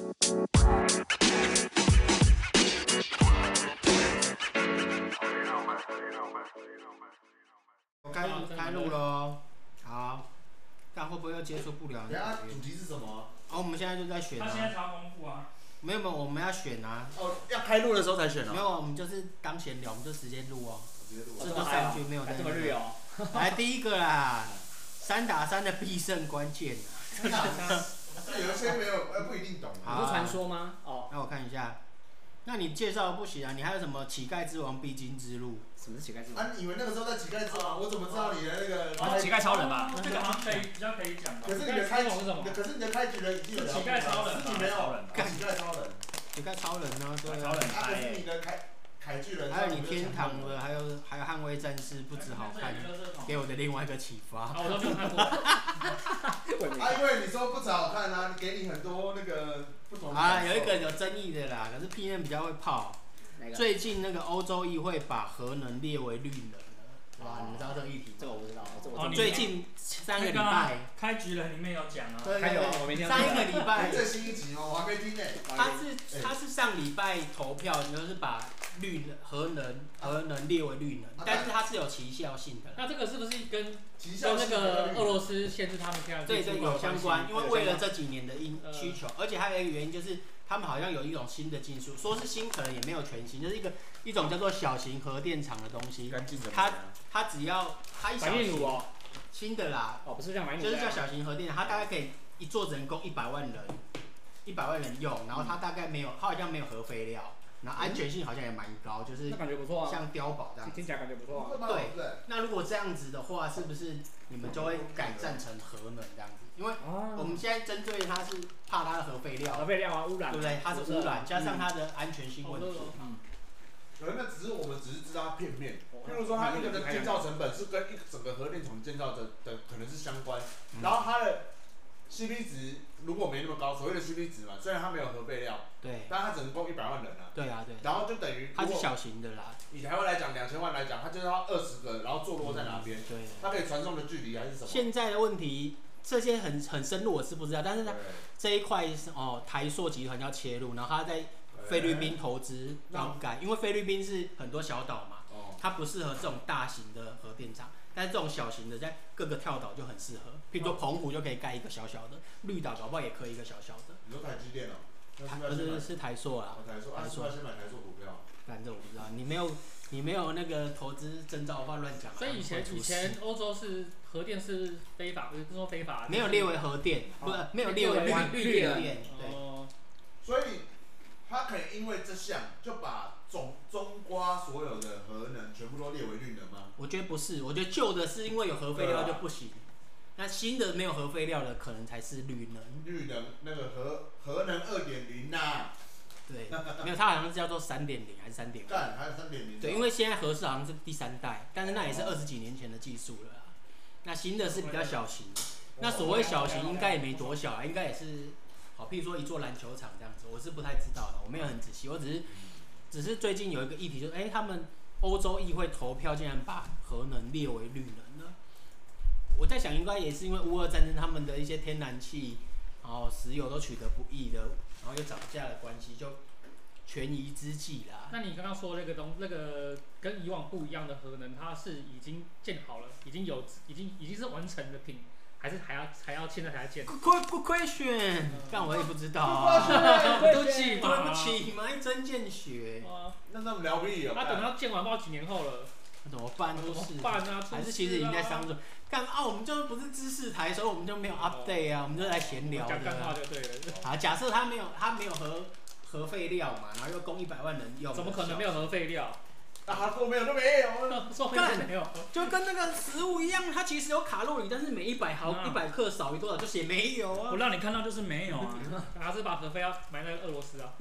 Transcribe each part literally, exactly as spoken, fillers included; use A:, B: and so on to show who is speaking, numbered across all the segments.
A: 我开开录喽，好，看会不会又接触不了？
B: 等下主题是什么？
A: 哦，我们现在就在选啊。
C: 他现在超丰富啊。
A: 没有没有，我们要选啊。
B: 哦，要开录的时候才选哦。
A: 没有，我们就是当闲聊，我们就直接录哦。
B: 直接录。
A: 这就上去没有在。
D: 这么绿哦。
A: 来第一个啦，三打三的必胜关键啊。
B: 有一些没有，呃，不一定懂。
D: 不是传说吗？哦。
A: 那我看一下。那你介绍不行啊？你还有什么乞丐之王必经之路？
D: 什么是乞丐之王？
B: 啊，你以为那个时候在乞丐之王？我怎么知道你的那个？
D: 哦，乞丐超人吧？
C: 这个好像可以比较可以讲吧。
B: 可是你的开局是什么？可是你的开局人已经有
C: 乞丐超人，
B: 你没有。乞丐超人。
A: 乞丐超人呢？对啊。
D: 超人。
B: 啊，可是你的开凯巨人。
A: 还有你天堂的，还有还有捍卫战士，不止好看，给我的另外一个启发。
C: 我都没有看过。
B: 啊，因为你说不止好看啊，给你很多那个不同的。
A: 啊，有一个有争议的啦，可是 P N 比较会泡。最近那个欧洲议会把核能列为绿能了，哇！你们知道这个议题？
D: 这个我不知道。
C: 哦，
A: 最近三个礼拜，
C: 开局人里面有讲啊。
A: 对
D: 对对，我没听到。
A: 上一个礼拜
B: 最新一集哦，我还没听呢。
A: 他是他是上礼拜投票，就是把绿核能核能列为绿能，但是它是有期效性的。
D: 那这个是不是跟
B: 跟
D: 那个俄罗斯限制他们这样？
A: 对对，有相关，因为为了这几年的因需求，而且还有一个原因就是。他们好像有一种新的技术，说是新，可能也没有全新，就是一个一种叫做小型核电厂的东西。它它只要它一小型，
D: 哦、
A: 新的啦，
D: 哦不是像马
A: 就是叫小型核电，它大概可以一座只能供一百万人，一百万人用，然后它大概没有，它好像没有核废料，然后安全性好像也蛮高，就是
D: 感觉不错啊，
A: 像碉堡这样。
D: 听起来感觉不错
A: 啊。对，那如果这样子的话，是不是你们就会改善成核能这样子？因为我们现在针对它是怕它的核废料，
D: 核废料啊污染，
A: 对不对？它是污染，加上它的安全性问题。
D: 嗯。
B: 可那只是我们只是知道它片面，譬如说它一个的建造成本是跟一整个核电厂建造的的可能是相关，然后它的 C P 值如果没那么高，所谓的 C P 值嘛，虽然它没有核废料，
A: 对，
B: 但它只能供一百万人啊。
A: 对啊，对。
B: 然后就等于
A: 它是小型的啦。
B: 以台湾来讲，两千万来讲，它就是要二十个，然后坐落在哪边？
A: 对。
B: 它可以传送的距离还是什么？
A: 现在的问题。这些很很深入我是不知道，但是它这一块是哦台塑集团要切入，然后他在菲律宾投资要改，因为菲律宾是很多小岛嘛，它不适合这种大型的核电厂，但是这种小型的在各个跳岛就很适合，譬如说澎湖就可以盖一个小小的，绿岛搞不好也可以一个小小的。
B: 你说台积电哦？
A: 不是是台塑啊。
B: 台塑，台塑要先买台塑股票。
A: 反正我不知道，你没有你没有那个投资证照的话乱讲。
D: 所以以前以前欧洲是核电是非法，不是说非法，
A: 没有列为核电，不是没有列为绿绿电，对。
B: 所以他可以因为这项就把总中瓜所有的核能全部都列为绿能吗？
A: 我觉得不是，我觉得旧的是因为有核废料就不行，那新的没有核废料的可能才是绿能。
B: 绿能那个核核能二点零呐。
A: 对，没有，它好像是叫做三点零还是三点五？
B: 干，还有三点零。
A: 对，因为现在核是好像是第三代，但是那也是二十几年前的技术了啦。那新的是比较小型的，那所谓小型应该也没多小啊，应该也是，好，譬如说一座篮球场这样子，我是不太知道的，我没有很仔细，我只是，只是最近有一个议题，就是，哎、欸，他们欧洲议会投票竟然把核能列为绿能了。我在想，应该也是因为乌俄战争，他们的一些天然气，然后石油都取得不易的。然后又涨价的关系，就权宜之计啦。
D: 那你刚刚说那个东那个跟以往不一样的核能，它是已经建好了，已经有已经已经是完成的品，还是还要还要现在才建
A: ？Good good question， 但我也不知道
D: 啊。
A: 对不起，对不起，埋真见血。
B: 那他们聊屁哦。
D: 他等到建完不知道几年后了。
A: 那怎么办？
D: 怎么办啊？
A: 还是其实已经在商准。干啊！我们就不是知识台，所以我们就没有 update 啊，我们就来闲聊的。
D: 讲干话就对了。
A: 好，假设他没有他没有核核废料嘛，然后又供一百万人用。
D: 怎么可能没有核废料？
B: 啊，说没有都没有，
D: 说没有，
A: 就跟那个食物一样，它其实有卡路里，但是每一百毫一百克少于多少就写没有啊。
C: 我让你看到就是没有啊，
D: 还是把核废料埋在俄罗斯啊。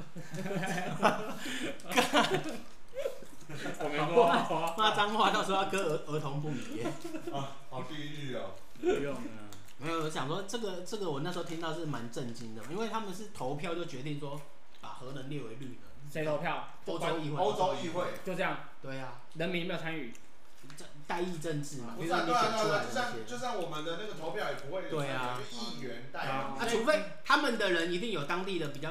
A: 我没说，骂脏话，到时候要割儿儿童不宜。
B: 啊，好地狱哦！
C: 不用啊。
A: 没有，我想说这个这个，我那时候听到是蛮震惊的，因为他们是投票就决定说把核能列为绿能。
D: 谁投票？
A: 欧洲议会。
B: 欧洲议会
D: 就这样。
A: 对啊。
D: 人民没有参与。
A: 代议政治嘛，
B: 不是啊，对啊，对啊，就像就像我们的那个投票也不会，
A: 对啊，
B: 议员代啊，
A: 啊，除非他们的人一定有当地的比较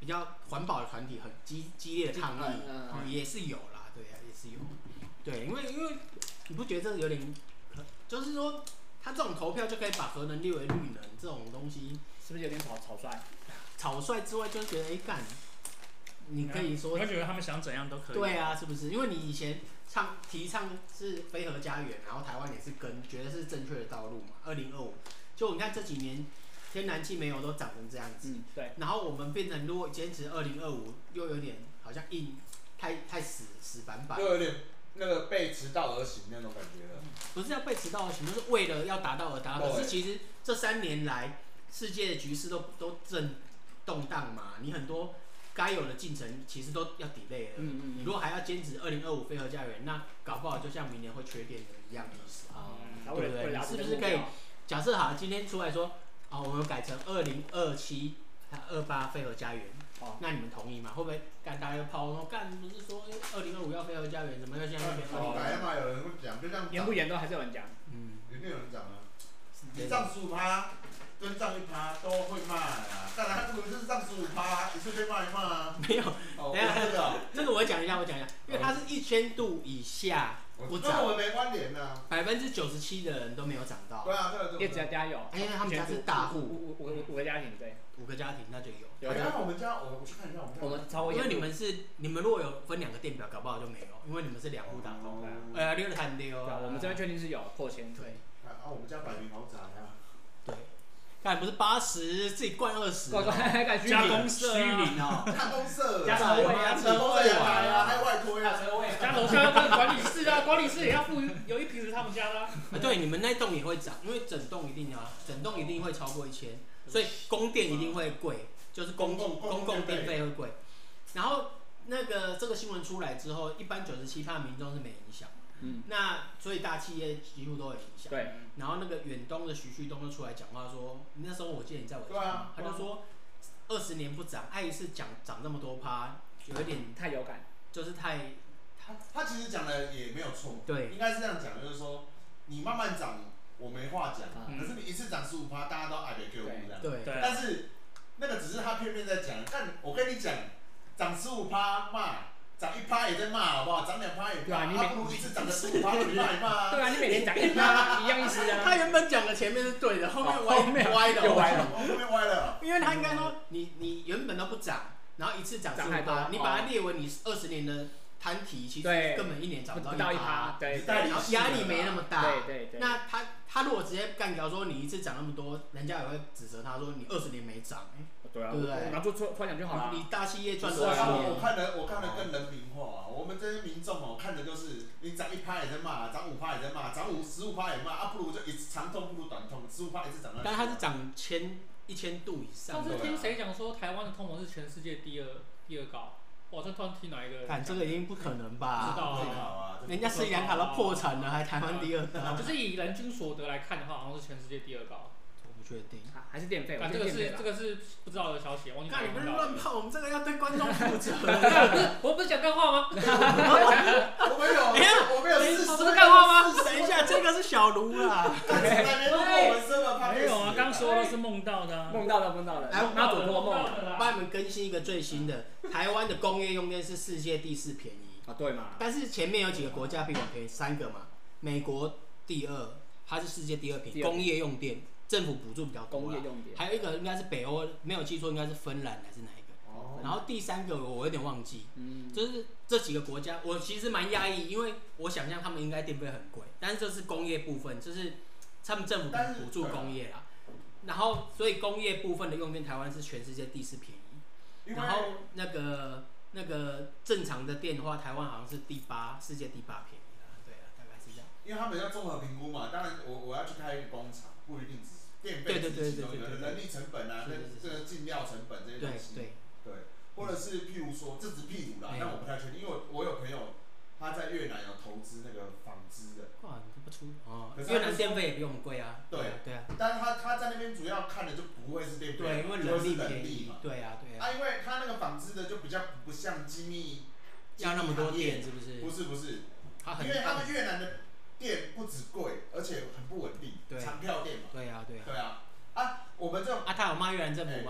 A: 比较环保的团体很激激烈的抗议，
E: 嗯嗯嗯
A: 也是有啦，对啊，也是有，对，因为因为你不觉得这个有点，就是说他这种投票就可以把核能列为绿能这种东西，
E: 是不是有点草草率？
A: 草率之外，就是觉得哎干，你可以说
C: 你会觉得他们想怎样都可以。
A: 对啊，是不是？因为你以前唱提倡是非核家园，然后台湾也是跟觉得是正确的道路嘛。二零二五，就你看这几年天然气、煤油都涨成这样子，
E: 嗯，对。
A: 然后我们变成如果坚持二零二五，又有点好像硬，太太死死板板，
B: 又有点那个背迟到而行那种感觉了。
A: 不是要背迟到而行，就是为了要达到而达到。可是其实这三年来，世界的局势都都正动荡嘛，你很多该有的进程其实都要 delay 了。
E: 嗯嗯
A: 你如果还要坚持二零二五非核家园，那搞不好就像明年会缺电的一样意思啊，
E: 嗯、
A: 对不对？你是不是可以假设好，今天出来说，啊、哦，我们改成二零二七、二八非核家园，哦，那你们同意吗？会不会干大家又抛说干不是说二零二五要非核家园，怎么又现在变二零二
B: 五？嘛，有人会讲，就像
E: 严不严都还是有人讲，
A: 嗯，
B: 一定有人讲啊，你涨十五趴。跟涨一趴都会骂啦，当然他不如就是涨十五趴，一瞬间骂一骂啊。
A: 没有，
B: 哦，
A: 等下
B: 这个，
A: 这个我讲一下，我讲一下，因为它是一千度以下不涨，
B: 跟我们没关联呐。
A: 百分之九十七的人都没有涨到。
B: 对啊，这个。
E: 叶子家有，
A: 因为他们家是大户，
E: 五五五五个家庭，对，
A: 五个家庭那就有。
B: 有，那我们家我我去看一下我们家。
E: 我们超过。
A: 因为你们是你们如果有分两个电表，搞不好就没有，因为你们是两户打通。哎呀，六的谈丢。
E: 我们这边确定是有破千。
A: 对。
B: 啊，我们家百名豪宅啊。
A: 对。干不是八十，自己灌二十，
C: 加公社
A: 虚拟
C: 哦，
B: 加公社，
E: 加车位啊，
B: 车位啊，还有外推啊，
E: 车位，
D: 加楼下要跟管理室啊，管理室也要付有一瓶是他们家的、啊。
A: 对，你们那栋也会涨，因为整栋一定啊，整栋一定会超过一千，所以供电一定会贵，就是公共公共电费会贵。然后那个这个新闻出来之后，一般九十七趴民众是没影响。嗯，那所以大企业几乎都有影响。
E: 对。
A: 然后那个远东的徐旭东就出来讲话说，那时候我记得你在我
B: 家，啊、
A: 他就说二十年不涨，爱一次讲涨那么多趴，有一点
E: 太有感，
A: 就是太
B: 他他其实讲的也没有错，
A: 对，
B: 应该是这样讲，就是说你慢慢涨，我没话讲，嗯、可是你一次涨十五趴，大家都爱别给我这样，
A: 对对。
B: 但是那个只是他片面在讲，但我跟你讲，涨十五趴骂。涨一趴也在骂，好不好？涨两趴也骂，啊，他不如一次涨个十五趴，你骂一骂啊。
E: 对啊，你每年涨一趴，一样意思啊。
A: 他原本讲的前面是对的，后面歪歪的，
E: 又歪了，
B: 后面歪了。
A: 因为他应该说，你你原本都不涨，然后一次涨十五趴，你把它列为你二十年的摊提，其实根本一年涨不到一趴，
E: 对，
A: 然后压力没那么大，
E: 对对对。
A: 那他他如果直接干掉说你一次涨那么多，人家也会指责他说你二十年没涨，哎。
E: 对啊，
A: 对不对？
E: 然后就突突然讲就好了。
A: 你大企业赚
B: 多少
A: 年？
B: 我看的我看的更人民化啊！我们这些民众哦，看的就是你涨一趴也在骂，涨五趴也在骂，涨五十五趴也骂，啊不如就一次长痛不如短痛，十五趴一次涨到。
A: 但它是涨千一千度以上。
D: 上次听谁讲说台湾的通膨是全世界第二第二高？哇，这突然听哪一个？
A: 看这个已经不可能吧？
D: 不知道
B: 啊，
A: 人家斯里兰卡都破产了，还台湾第二高。
D: 就是以人均所得来看的话，好像是全世界第二高。
A: 不确定，
E: 还是电费？
D: 啊，这个是这个是不知道的消息，忘记
A: 看你们乱泡，我们这个要对观众负责。
D: 我不是讲干话吗？
B: 我没有，我没有事实。
D: 不是干话吗？
A: 等一下，这个是小卢啦。
C: 没有啊，刚说的是梦到的，
E: 梦到的，梦到的。
A: 来，
E: 那主播梦，
A: 帮你们更新一个最新的，台湾的工业用电是世界第四便宜
E: 啊，对嘛？
A: 但是前面有几个国家比我们便宜，三个嘛，美国第二，它是世界第二便宜，工业用电。政府补助比较多啦，还有一个应该是北欧，没有记错应该是芬兰还是哪一个？哦、然后第三个我有点忘记，嗯、就是这几个国家，我其实蛮压抑，因为我想象他们应该电费很贵，但是这是工业部分，就是他们政府补助工业啦。然后所以工业部分的用电，台湾是全世界第四便宜。然后那个那个正常的电的话，台湾好像是第八，世界第八便宜啦。对啊，大概是这样。
B: 因为他们要综合评估嘛，当然我我要去开一个工厂，不一定只。电费是其中一个，人力成本啊，跟这个进料成本这些东西，
A: 对
B: 对，或者是譬如说，这只譬如啦，但我不太确定，因为我我有朋友他在越南有投资那个纺织的，
A: 哇，不出哦，越南电费也比我们贵啊，
B: 对
A: 对啊，
B: 但是他他在那边主要看的就不会是电费，
A: 对，因为人力便宜嘛，对啊对啊，
B: 啊，因为他那个纺织的就比较不像精密，
A: 要那么多电是不是？
B: 不是不是，因为他们越南的电不止贵，而且很不稳定，长跳电嘛，
A: 对啊对啊，
B: 对啊。啊，我们这种
A: 啊，他有骂越南政府吗？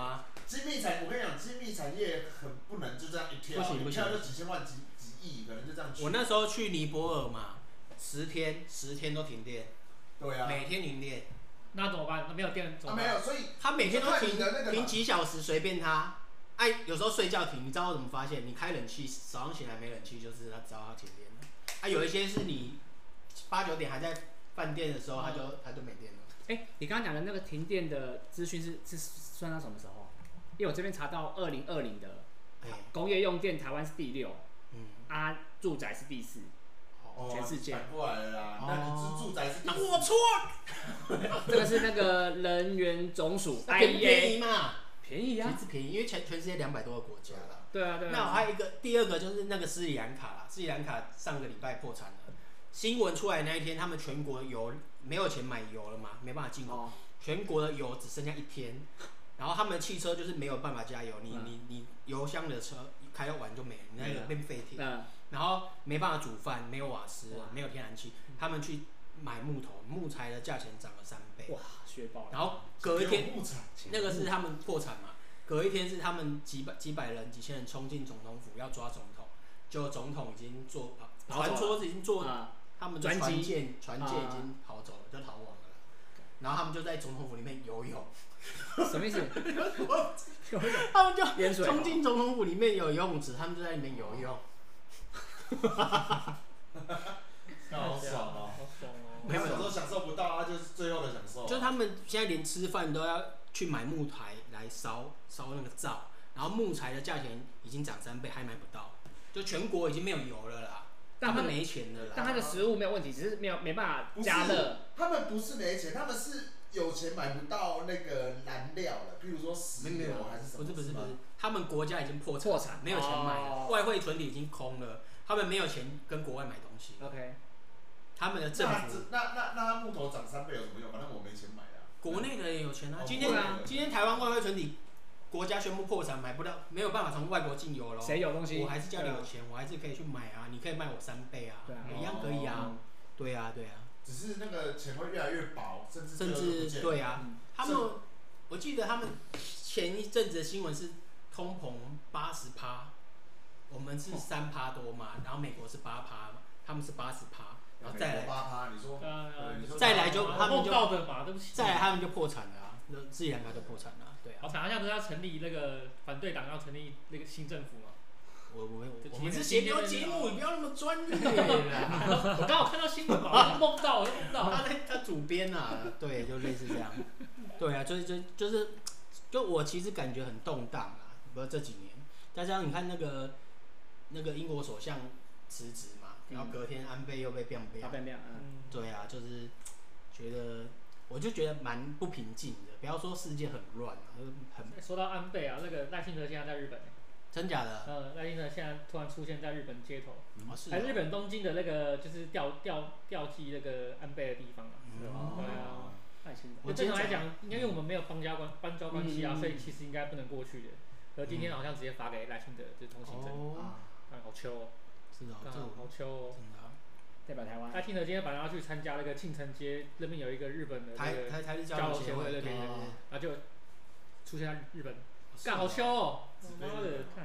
B: 精密产，我跟你讲，精密产业很不能就这样一跳，
A: 不行不行
B: 一跳就几千万、几几亿，可能就这样去。
A: 我那时候去尼泊尔嘛，十天十天都停电，
B: 对啊，
A: 每天停电。
D: 那怎么办？那没有电怎
B: 啊
D: 么办？
B: 没有，所以
A: 他每天都停
B: 那个
A: 停几小时，随便他。哎、啊，有时候睡觉停，你知道我怎么发现？你开冷气，早上醒来没冷气，就是他知道他停电了。啊，有一些是你八九点还在饭店的时候，他就他就没电了。
E: 哎、欸，你刚刚讲的那个停电的资讯是是算到什么时候？因为我这边查到二零二零的，
A: 欸、
E: 工业用电台湾是第六，
A: 嗯，
E: 啊，住宅是第四，
B: 哦，
E: 全世界
B: 反过来了啦。
A: 哦、
B: 那你住住宅是第四，
A: 那我错，
E: 这个是那个人员总署 I E A，
A: 便宜嘛，
E: 便宜啊，
A: 其实便宜，因为全全世界两百多个国家啦。
E: 对啊对啊。
A: 那还有一个第二个就是那个斯里兰卡啦，斯里兰卡上个礼拜破产了。新闻出来那一天，他们全国油没有钱买油了嘛，没办法进口，
E: 哦、
A: 全国的油只剩下一天，然后他们的汽车就是没有办法加油，你、嗯、你你油箱的车开到完就没了，你那个变废铁、
E: 嗯，
A: 然后没办法煮饭，没有瓦斯，没有天然气，他们去买木头，木材的价钱涨了三倍，
E: 哇，学爆了。
A: 然后隔一天，那个是他们破产嘛，隔一天是他们几百几百人、几千人冲进总统府要抓总统，结果总统已经坐，传说已经坐。嗯他们的船舰船舰已经跑走了，就逃亡了。然后他们就在总统府里面游泳。
E: 什么意思？
A: 他们就冲进总统府里面有游泳池，他们就在里面游泳。
B: 好爽哦！
D: 好爽哦！
B: 没有，有时候享受不到，啊，就是最后的享受。
A: 就是他们现在连吃饭都要去买木材来烧烧那个灶，然后木材的价钱已经涨三倍，还买不到，就全国已经没有油了啦。他们没钱的啦，
E: 但他的食物没有问题，只是没有没办法加热。
B: 他们不是没钱，他们是有钱买不到那个燃料了，譬如说石油还是什么。
A: 不是不是不是，他们国家已经破产，
E: 破产
A: 没有钱买了，
E: 哦、
A: 外汇存底已经空了，他们没有钱跟国外买东西。
E: OK，
A: 他们的政府
B: 那那那他木头涨三倍有什么用？反正我没钱买啊。
A: 国内的人有钱啊，
B: 哦、
A: 今天、
E: 啊、
A: 今天台湾外汇存底。国家宣布破产，买不到，没有办法从外国进油了。
E: 谁有东西？
A: 我还是家里有钱，我还是可以去买啊。你可以卖我三倍啊，
E: 对啊
A: 一样可以啊。
B: 哦、
A: 对啊，对啊。
B: 只是那个钱会越来越薄，甚至
A: 甚至对啊，
E: 嗯、
A: 他们我记得他们前一阵子的新闻是通膨八十趴，我们是三趴多嘛，然后美国是八趴嘛，他们是八十趴，然后再来
B: 八趴，你说，
D: 呃、
B: 你说
A: 再来就他们就
D: 到的嘛，对不起，
A: 再来他们就破产了啊，斯里兰卡就破产了。对啊，
D: 好惨！好像不是要成立那个反对党，要成立那个新政府吗？
A: 我我我们是闲聊节目，你不要那么专业
D: 啦。我刚好看到新闻嘛，我就梦到，我就梦到。
A: 他在他主编啊，对，就类似这样。对啊，就是就就是就我其实感觉很动荡啊，不是这几年，加上你看那个那个英国首相辞职嘛，然后隔天安倍又被 biang biang，
E: 嗯，
A: 对啊，就是觉得。我就觉得蛮不平静的，不要说世界很乱啊，很。
D: 说到安倍啊，那个赖清德现在在日本、欸，
A: 真假的？
D: 嗯，赖清德现在突然出现在日本街头，
A: 哦是哦，
D: 在日本东京的那个就是吊吊吊祭那个安倍的地方啊。
A: 嗯、
D: 对啊，
E: 赖清德。
D: 就正常来讲，应该因为我们没有邦交关邦交关系啊、
E: 嗯，
D: 所以其实应该不能过去的。可今天好像直接发给赖清德就是通行证，
A: 哦，
D: 啊，好秋哦，
A: 是哦，这
D: 好秋哦。
A: 真的。
E: 代表台湾。
D: 赖清德今天本来要去参加那个庆城街，那边有一个日本的
A: 台台台日交流协会，
D: 对对对，然后就出现在日本，干好秋哦，妈的，看。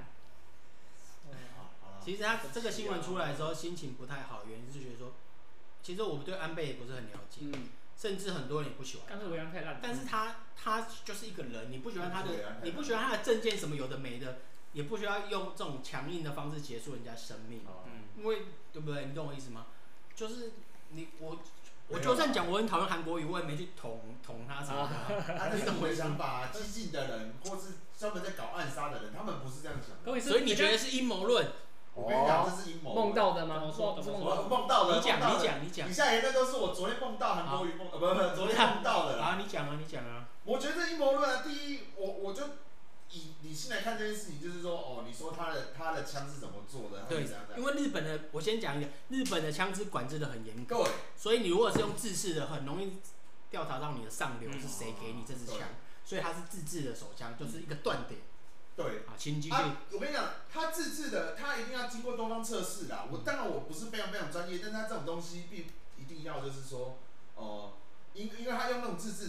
A: 其实他这个新闻出来的时候心情不太好，原因是觉得说，其实我们对安倍也不是很了解，
E: 嗯，
A: 甚至很多人也不喜欢。
D: 但是维安太烂。
A: 但是他他就是一个人，你不喜欢他的，你不喜欢他的政见什么有的没的，也不需要用这种强硬的方式结束人家生命，嗯，因为对不对？你懂我意思吗？就是你我我就算讲我很讨厌韩国瑜，我也没去捅捅他什么的。
B: 他这是我的想法，激进的人或是专门在搞暗杀的人，他们不是这样想的。
A: 所以你觉得是阴谋论？
B: 我跟你讲，这是阴谋。
E: 梦到的吗？
D: 梦
E: 是
B: 梦梦到的。
A: 你讲，你讲，你讲。
B: 以下言论都是我昨天梦到韩国瑜梦，呃，不不，昨天梦到的啦。
A: 啊，你讲啊，你讲啊。
B: 我觉得这阴谋论啊，第一，我我就。以理性来看这件事情，就是说，哦，你说他的他的枪是怎么做的？
A: 对，因为日本的，我先讲一个，日本的枪支管制的很严格，
B: 对，
A: 所以你如果是用自制的，很容易调查到你的上流是谁给你这支枪，所以它是自制的手枪，就是一个断点。
B: 对，
A: 啊，请继续。
B: 啊，我跟你讲，他自制的，他一定要经过多方测试的。我当然我不是非常非常专业，但是他这种东西并一定要就是说，哦、呃，因因为他用那种自制的。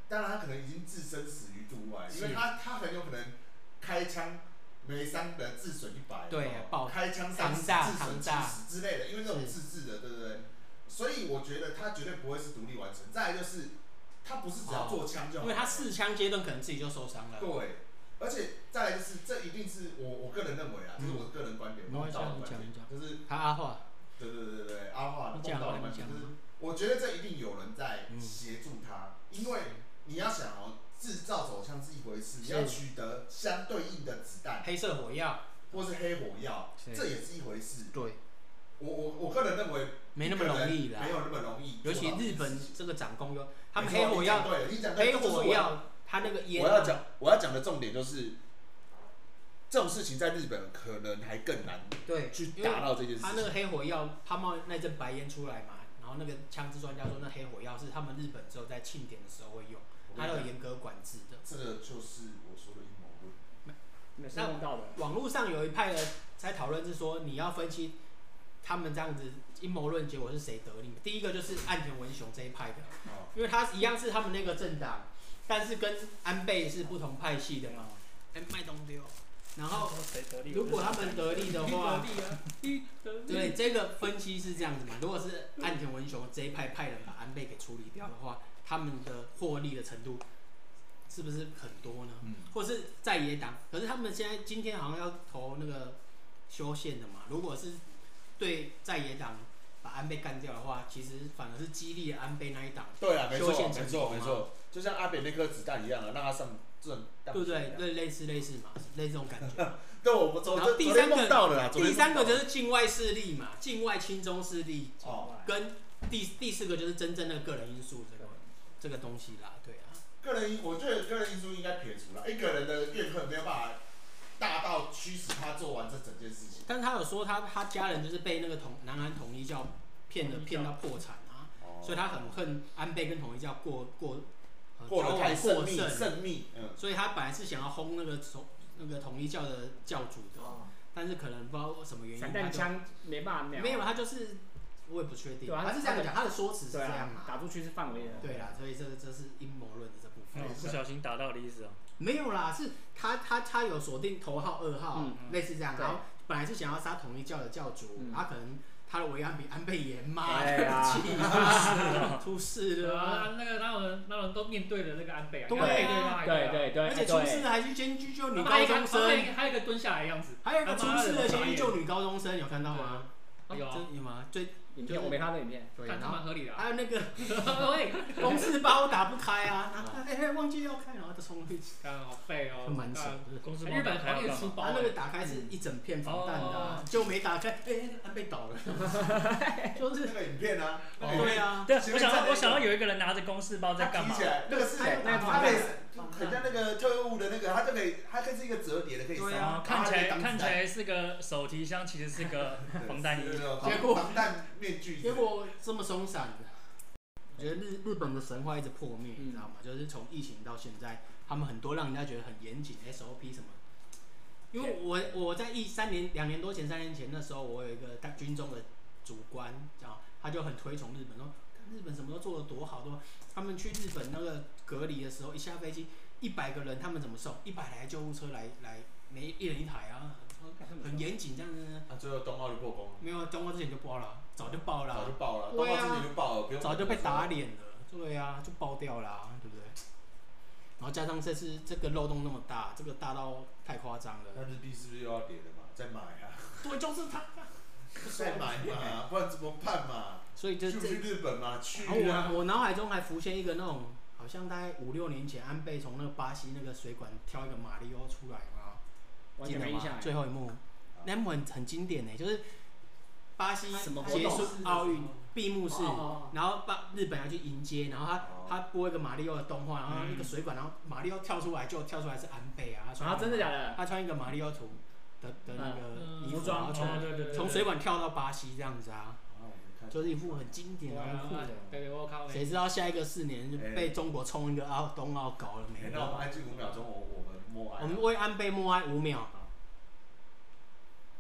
B: 当然他可能已经置生死于度外，因为他他很有可能开枪没伤的自损一百，
A: 对，爆
B: 开枪三十自损七十之类的，因为这种自制的，对不对？所以我觉得他绝对不会是独立完成。再来就是他不是只要做枪就好，
A: 因为他试枪阶段可能自己就受伤了。
B: 对，而且再来就是这一定是我我个人认为啊，这是我的个人观点，
A: 没关系，
B: 我
A: 你讲你讲，
B: 就是
A: 他阿化，
B: 对对对对阿化梦到的观点，就是我觉得这一定有人在协助他，因为你要想哦，制造手枪是一回事，你要取得相对应的子弹，
A: 黑色火药
B: 或是黑火药，这也是一回事。
A: 对，
B: 我我我个人认为
A: 没那么容易啦，
B: 没有那么容易。
A: 尤其日本这个掌控又，他们黑火药，
B: 黑
A: 火药，他那个烟。
B: 我要讲我要讲的重点就是，这种事情在日本可能还更难
A: 对
B: 去达到这件事情。
A: 他那个黑火药，他冒那阵白烟出来嘛，然后那个枪支专家说，那黑火药是他们日本只有在庆典的时候会用，它有严格管制的。
B: 这个就是我说的阴谋论。
E: 那用到的。
A: 网络上有一派的在讨论是说，你要分析他们这样子阴谋论结果是谁得利。第一个就是岸田文雄这一派的，因为他一样是他们那个政党，但是跟安倍是不同派系的嘛。哎，麦东丢。然后，如果他们得利的话，对这个分析是这样子嘛？如果是岸田文雄这一派派人把安倍给处理掉的话，他们的获利的程度是不是很多呢？嗯、或是在野党，可是他们现在今天好像要投那个修宪的嘛？如果是对在野党把安倍干掉的话，其实反而是激励安倍那一党
B: 对啊，没错，
A: 没
B: 错，没错，就像阿扁那颗子弹一样啊，让他上。对
A: 不对？对，类似类似嘛，类似这种感觉。
B: 对，我们昨
A: 然后第三个
B: 到了
A: 第三个就是境外势力嘛，境外亲中势力。
B: 哦。
A: 跟第第四个就是真正的个人因素这个这个东西啦，对啊。
B: 个人因，我觉得个人因素应该撇除了，一个人的怨恨没有办法大到驱使他做完这整件事情。
A: 但是他有说他他家人就是被那个统南韩统一教骗的骗到破产啊，哦、所以他很恨安倍跟统一教过过。
B: 过得太甚密，甚密，嗯，
A: 所以他本来是想要轰那个那个统一教的教主的，哦、但是可能不知道什么原因，
E: 散弹枪没办法瞄，
A: 没有，他就是我也不确定，他是这样讲，他的说辞是这样嘛，
E: 打出去是范围的，
A: 对啦，所以这这是阴谋论的这部分，
C: 不小心打到的意思哦，
A: 没有啦，是他他他有锁定头号二号，嗯、类似这样，然后本来是想要杀统一教的教主，他、嗯、可能。他的维安比安倍严嘛，对不起，出事了啊！
D: 那个那种人，那种人都面对了那个安倍啊，
A: 对
E: 啊，对对对，
A: 而且出事还去先去救女高中生，
D: 还有一个蹲下来的样子，
A: 还有一个出事的先去救女高中生，有看到吗？
D: 有
A: 有吗？最
E: 影片我没看到影片，
D: 看蛮合理的。
A: 还有那个公事包打不开啊，哎哎忘记要开，然后就冲回去，
D: 好废哦，
A: 蛮扯的。
D: 日本好像也出包，
A: 他那个打开是一整片防弹的，就没打开，哎，安倍倒了，就是
B: 那个影片啊，
A: 对啊，
C: 对，我想到我想到有一个人拿着公事包在干嘛？
B: 那个是那个他可以很像那个特务的那个，他就可以，它可以是一个折叠的，可以塞。
C: 啊，看起来看起来是个手提箱，其实是个防弹衣。
A: 结果
B: 防弹面具。
A: 结果这么松散的，我觉得日日本的神话一直破灭，你知道吗？就是从疫情到现在，他们很多让人家觉得很严谨 S O P 什么。因为我我在一三年两年多前三年前那时候，我有一个军中的主官，啊，他就很推崇日本，说日本什么都做得多好，多他们去日本那个隔离的时候，一下飞机一百个人，他们怎么送？一百台救护车来来，每一人一台啊，很严谨这样子。
B: 啊，最后冬奥就破功了。
A: 没有，冬奥之前就爆了，早就爆了。
B: 早就爆了，冬奥之前就爆了，不用。
A: 早就被打脸了，对啊，就爆掉了，对不对？然后加上这次这个漏洞那么大，这个大到太夸张了。
B: 那日币是不是又要跌了嘛？再买啊！
A: 对，就是他。
B: 再买嘛，不然怎么办嘛？
A: 所以就
B: 去日本嘛，去
A: 啊！我我脑海中还浮现一个那种，好像大概五六年前，安倍从那个巴西那个水管跳一个马里奥出来嘛，
E: 完全没印象。
A: 最后一幕，那幕很很经典呢，就是巴西结束奥运闭幕式，然后巴日本要去迎接，然后他他播一个马里奥的动画，然后一个水管，然后马里奥跳出来，就跳出来是安倍啊，
E: 啊，真的假的？
A: 他穿一个马里奥图的的那个衣服，然后从从水管跳到巴西这样子啊。就是一副很经典的酷的，谁知道下一个四年就被中国冲一个奥冬奥搞了没？
B: 那我们安静五秒钟，我我们默哀。
A: 我们为安倍默哀五秒。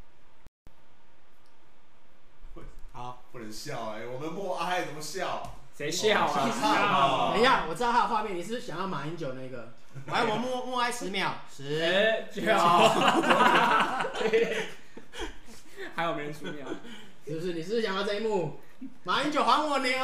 B: 好，不能笑哎、欸，我们默哀怎么笑？
E: 谁笑啊？
C: 笑
A: 等一下，我知道他的画面，你是不是想要马英九那个？来，我默默哀十秒，十、
E: 哎，九，还有没人数秒？
A: 是不是？你是不是想要这一幕？马英九还我牛！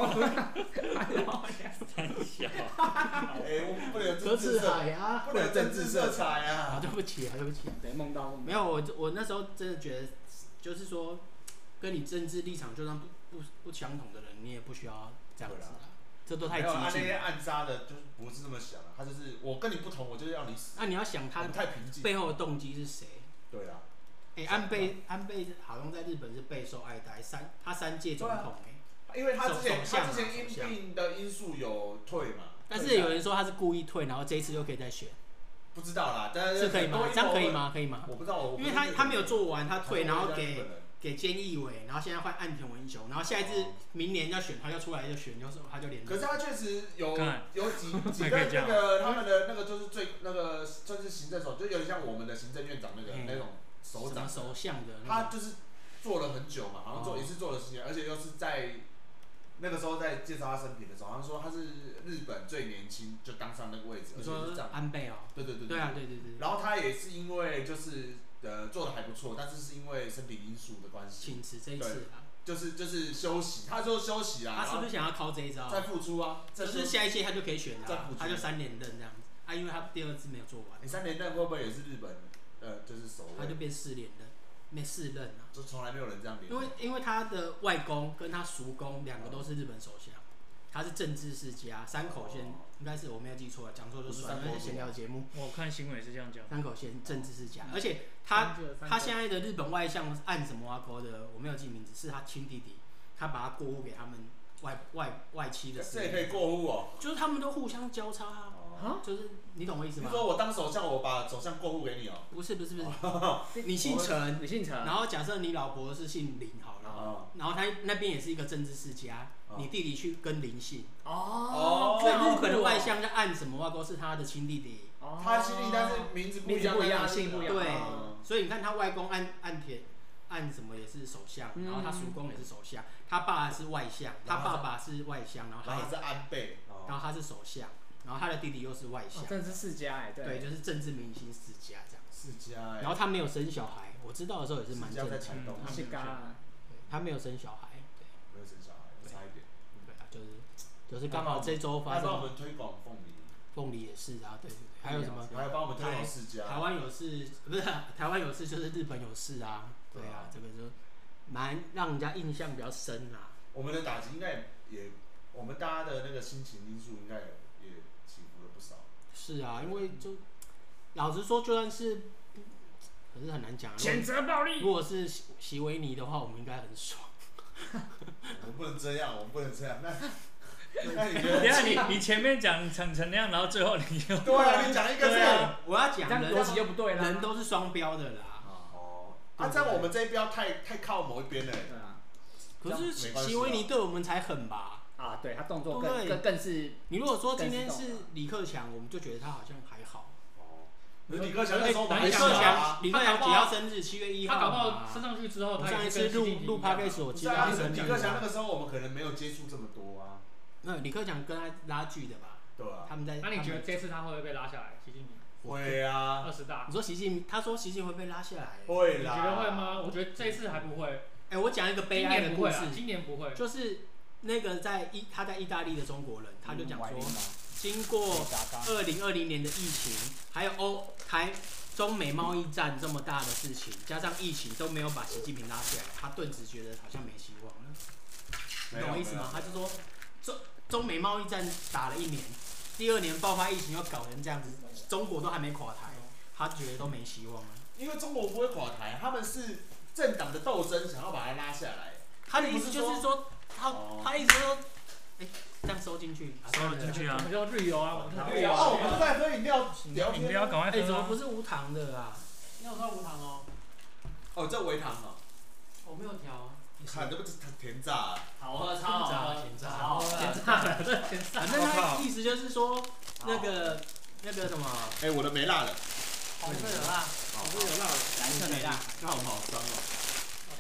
C: 三小，
B: 哎，我们不能有
A: 何志
B: 政治色，
A: 海啊！
B: 不能有政治色彩
A: 啊，
B: 啊。
A: 对不起啊，对不起。
E: 对，梦到梦
A: 没有，我我那时候真的觉得，就是说，跟你政治立场就算不不不相同的人，你也不需要这样子啊，这都太激
B: 没有啊，那些
A: 进了。
B: 暗杀的，就是不是这么想啊，他就是我跟你不同，我就是要你死。
A: 那你要想他
B: 我们太平静。
A: 背后的动机是谁？
B: 对啊，
A: 哎、安倍安倍好像在日本是备受爱戴，三他三届总统哎、
B: 因为他之前
A: 首相啊
B: 他之前因
A: 首相
B: 病的因素有退嘛，
A: 但是有人说他是故意退，然后这一次又可以再选，
B: 不知道啦，但是
A: 是可以吗？这样可以？吗？可以吗？
B: 我不知道，我
A: 因为他他没有做完，他退，然后
B: 他是日
A: 给
B: 本人
A: 给菅义伟，然后现在换岸田文雄，然后下一次明年要选，他就出来就选，就是他就连任。
B: 可是他确实有
C: 干
B: 有几几个那
C: 还可以这样
B: 个他们的那个就是最那个算是行政首，就有点像我们的行政院长那个
A: 嗯
B: 那种首长
A: 什么，首相的那种，
B: 他就是做了很久嘛，好像做
A: 哦
B: 也是做了十年，而且又是在那个时候在介绍他生平的时候，好像说他是日本最年轻就当上那个位置，而
A: 你说
B: 且是这样，
A: 安倍哦、
B: 对对对
A: 对啊，对对对，
B: 然后他也是因为就是呃做的还不错，但是是因为身体因素的关系，
A: 请辞这一次啊，
B: 就是就是休息，他说休息啦，
A: 他是不是想要靠这一招
B: 然后再复出啊？
A: 就
B: 这
A: 是下一届他就可以选了、
B: 再补，
A: 啊他就三连任这样子啊，因为他第二次没有做完
B: 你，三连任会不会也是日本呃就是首位？
A: 他就变四连任，没四任啊。
B: 就从来没有人这样连。
A: 因为因为他的外公跟他叔公两个都是日本首相，他是政治世家，山口县、
B: 哦
A: 应该是我没有记错，讲错就算了，
B: 不是山口
A: 那是闲聊节目。
C: 我看新闻也是这样讲。
A: 山口县政治世家，而且他他现在的日本外相按什么啊勾的，我没有记名字，是他亲弟弟，他把他过户给他们外外外戚的，
B: 这也可以过户哦。
A: 就是他们都互相交叉啊，
B: 哦，
A: 就是你懂我意思吗？
B: 你说我当首相，我把首相过户给你哦。
A: 不是不是不是，你姓陈，
E: 你姓陈，
A: 然后假设你老婆是姓林好了，
B: 哦
A: 然后他那边也是一个政治世家，你弟弟去跟林姓。
E: 哦，
A: 所以日本的外相在按什么外勾是他的亲弟弟，
B: 他亲弟，但是名字不一样，
E: 名字不一样姓不一样
A: 对
B: 哦，
A: 所以你看他外公按按田按什么也是首相，然后他叔公也是首相，他爸是外相，他爸爸是外相，然后他也
B: 然后他是安倍，
A: 然后他是首相，然后他的弟弟又是外相，
E: 政治世家哎，
A: 对，就是政治明星世家这样。
B: 世家哎，
A: 然后他没有生小孩，我知道的时候也是蛮
B: 世家在
A: 震惊的，
B: 台东，
E: 是嘎，
A: 对他没有生小孩，
B: 没有生小孩，差一点。
A: 对啊，就是就是刚好这周发
B: 他帮我
A: 生，
B: 们推广凤梨，
A: 凤梨也是啊，对对对，还有什么？
B: 还有帮我们推广世家。
A: 台湾有事，不是台湾有事就是日本有事啊，对啊，这个就蛮让人家印象比较深啦。
B: 我们的打击应该也，我们大家的那个心情因素应该也起伏了不少。
A: 是啊，因为就老实说，就算是，可是很难讲。
C: 谴责暴力。
A: 如果是席席维尼的话，我们应该很爽。
B: 我们不能这样，我们不能这样。那那你觉
C: 等一下
B: 得？
C: 你你前面讲成成那样，然后最后你又
B: 对啊，你讲一个是。
A: 对啊，我要
E: 这
A: 讲人
E: 样逻辑就不对啦。
A: 人都是双标的啦。
B: 哦，啊，这样我们这一标太太靠某一边了。
E: 对啊，
A: 可是
B: 这样没关系啊
A: 席维尼对我们才狠吧？
E: 啊，对他动作
A: 对不对
E: 更更更是，
A: 你如果说今天是
E: 更是动
A: 李克强，我们就觉得他好像还好。
B: 哦，可是李克强那时候蛮
A: 李克
B: 强的啊
A: 强，李克强几号生日？七月一号
D: 他搞不好
A: 嘛
D: 升上去之后，
A: 我
D: 他
A: 上一次录录 podcast 我记得
B: 不是啊，
A: 他生日
B: 李克强那个时候我们可能没有接触这么多啊。
A: 那李克强跟他拉锯的吧？
B: 对啊。
A: 他们在。
D: 那你觉得
A: 他们
D: 这次他会不会被拉下来？习近平
B: 会啊
D: 二。十大
A: 你，说习近平，他说习近平会被拉下来。
B: 会啦。
D: 你觉得会吗？我觉得这一次还不会，
A: 哎，我讲一个悲
D: 今
A: 哀的故事
D: 年不会啊，，今年不会。
A: 就是那个在意他在意大利的中国人，他就讲说，经过二零二零年的疫情，还有欧台中美贸易战这么大的事情，加上疫情都没有把习近平拉下来，他顿时觉得好像没希望了。你懂我意思吗？他就说，中中美贸易战打了一年，第二年爆发疫情又搞成这样子，中国都还没垮台，他觉得都没希望了。
B: 因为中国不会垮台，他们是政党的斗争，想要把它拉下来。
A: 他的意思就是说，他
B: 哦
A: 他意思说，哎、这样收进去，
C: 收了进去啊
D: 我们就绿油啊，我们就绿油
B: 哦，我
D: 啊。
B: 们在喝饮料聊天。
C: 饮料赶快
A: 哎、怎么
C: 喝啊！
A: 不是无糖的啊？你有说无糖哦？
B: 哦，这微糖哦，
A: 我没有调啊。
B: 看这不是甜炸啊？
D: 好喝，
A: 甜
D: 超好喝，
A: 炸甜炸
D: 好喝，
A: 甜
D: 甜炸的，这甜炸。
A: 反正他意思就是说，那个那个什么，
B: 哎，我的没辣的。
A: 红色有辣，红色有辣，蓝色没辣。
B: 那我们好脏哦。
D: 下班了。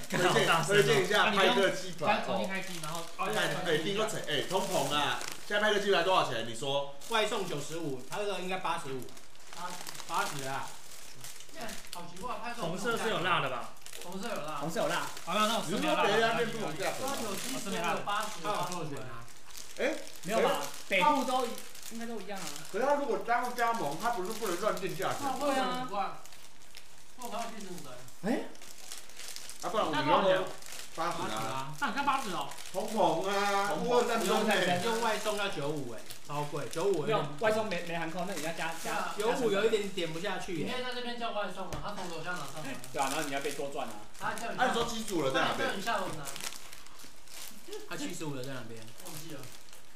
B: 推荐推荐一下派克鸡排。
D: 重新开机，然后
B: 哎哎，第一个哎，通膨啊！现在派克鸡排多少钱？你说？
A: 外送九十五，他这个应该八十五，八八十啊。
F: 好奇怪，派送
D: 红色是有辣的吧？
F: 红色有辣，
E: 红色有辣，
D: 好，那那我
B: 你是说别家店不同价格吗？
F: 八九七十有八十，
A: 他有授权啊。
B: 哎，
E: 没有吧？北部都应该都一样啊。
B: 可是他如果加入加盟，他不是不能乱定价钱？
F: 对啊。我靠，七十五的。
E: 哎，
B: 啊，不然我们用八十啊。
A: 啊，
D: 那你看八十哦。
B: 通膨啊，乌二战争哎，
A: 用外送要九五哎，超贵，九五
E: 没有外送没没含扣，那你要加加。
A: 九五有一点点不下去
F: 你
A: 耶。
F: 可以在这边叫外送嘛，他从楼下拿上来。
E: 对啊，然后你要被多赚啊。
F: 他叫你。
B: 按说机组了在哪边？
F: 叫你下楼拿。
A: 他七十五的在哪边？
F: 忘记了。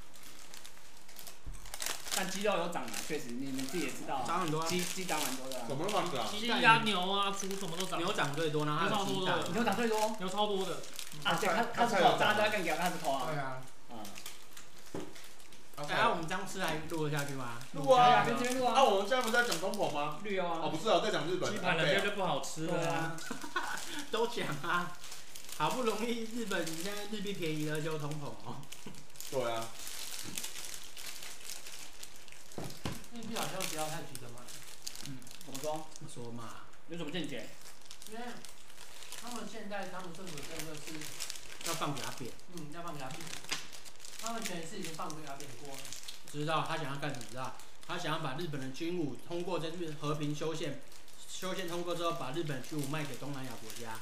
E: 但鸡肉有涨啊，确实，你们自己也知道啊。
A: 涨很多啊。
E: 鸡鸡涨蛮多的啊。
B: 什么都涨。
D: 鸡鸭牛啊，猪什么都涨。
A: 牛涨最多，然后还有鸡蛋。
E: 牛涨最多。
D: 牛超多的。
E: 啊，对，他他是口，大家都在跟你聊他是口啊。
A: 对啊。
E: 嗯。
A: 哎，那我们这样吃还录得下去吗？
B: 录啊，
E: 跟这边录啊。
B: 啊，我们现在不是在讲通膨吗？
E: 绿油啊。
B: 哦，不是啊，在讲日本。
D: 鸡排那边就不好吃了啊。
A: 都讲啊，好不容易日本现在日币便宜了就通膨哦。
B: 对啊。
F: 日币好像不要太急着买。
E: 嗯，怎么说？
A: 怎么说嘛？
E: 有什么见解？
F: 因为他们现在他们政府的政策是
A: 要放给他扁。
F: 嗯，要放给他扁。他们前一次已经放给他扁过了。
A: 知道他想要干什么？知道他想要把日本的军武通过在日本和平修宪，修宪通过之后，把日本军武卖给东南亚国家。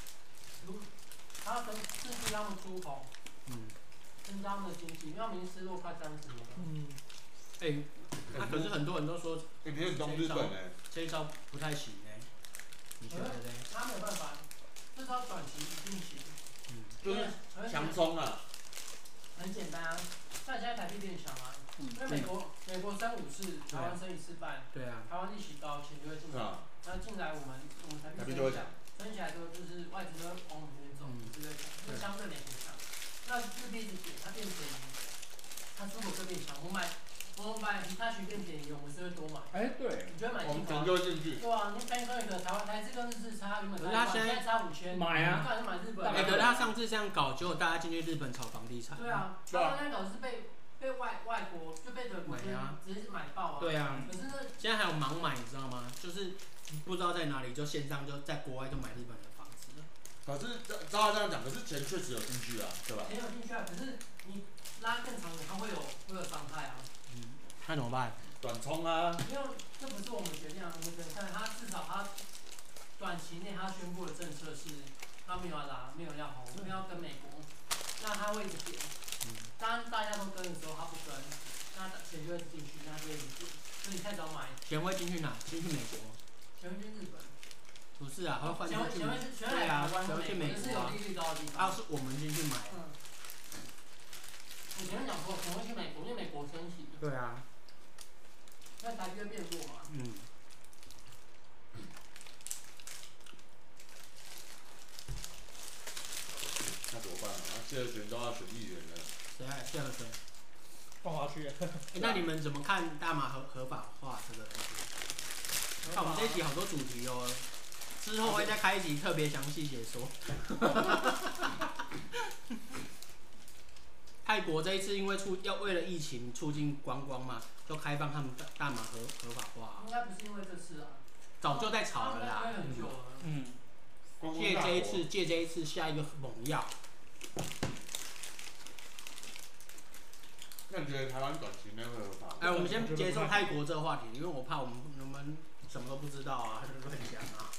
F: 他跟刺激他们出口，
A: 嗯，
F: 增加他们的经济，因为他们已经失落快三十年了。
A: 嗯。哎、欸，那、啊、可是很多人都说，
B: 哎，你很懂日本哎，
A: 这一招不太行哎，你觉得呢？
F: 他没有办法，这招短期一定行。
B: 嗯，就是强冲啊。
F: 很简单啊，但现在台币变强啊，
E: 嗯、
F: 因为美国、嗯、美国升五次，台湾升一次半，
A: 对啊，
F: 台湾利息高，钱就会进来，
B: 啊、
F: 那进来我们我们台币升起来，升起来之后就是外资就会往我们这边走，之类的，就相对两个强。那日币一直贬，它变便宜，它出口就变强。我买我买其他区变便宜，我们是会多买。
E: 哎、欸，对，
F: 你就会买进口。
B: 我们就会进去。
F: 对啊，你 Bank 台湾台资跟日资差原本差一万，现在差五千，
E: 买啊，
F: 当然是买日本。
A: 哎、欸，可是他上次这样搞，结果大家进去日本炒房地产。
F: 对啊，他那搞是被被外外国就被德国先直接买爆啊。
A: 对啊。
F: 可是呢，
A: 现在还有盲买，你知道吗？就是不知道在哪里，就线上就在国外就买日本的房子了。
B: 可是照照他这样讲，可是钱确实有进去啊，对吧？
F: 钱有进去啊，可是你拉更长的，它会有会有伤害啊。
A: 嗯，那怎么办？
B: 短冲啊！
F: 因为这不是我们决定啊，我们等看他至少他短期内他宣布的政策是，他没有要拉，没有要红，没有要跟美国，那他会一直跌。当大家都跟的时候，他不跟，那钱就会进去，那就会一直跌。所以你太早买。
A: 钱会进去哪？进去美国？
F: 钱会进日本。
A: 不是啊，会换进去。
F: 钱会钱会
A: 对啊，钱
F: 会
A: 去美国啊。
F: 是有利率高的地方。
A: 啊，是我们进去买。
F: 嗯。我前面讲过，钱会去美国，因为美国升息。
A: 对啊。
F: 那台币会变弱嘛？
A: 嗯。
B: 那怎么办啊？第二选都要选议员了。
A: 谁啊？第二选？
D: 放华区。
A: 那你们怎么看大麻合合法化这个东西？看我们这一集好多主题哦，之后会再开一集特别详细解说。泰国这一次因为促要为了疫情促进观光嘛，就开放他们大麻合合法化。
F: 应该不是因为这次啊。
A: 早就在吵了啦。
F: 很久了。
A: 嗯。借这一次，借这一次下一个猛药。
B: 那你觉得台湾短期内会合法？
A: 哎，我们先接受泰国这个话题，因为我怕我们我们什么都不知道啊，就乱讲啊。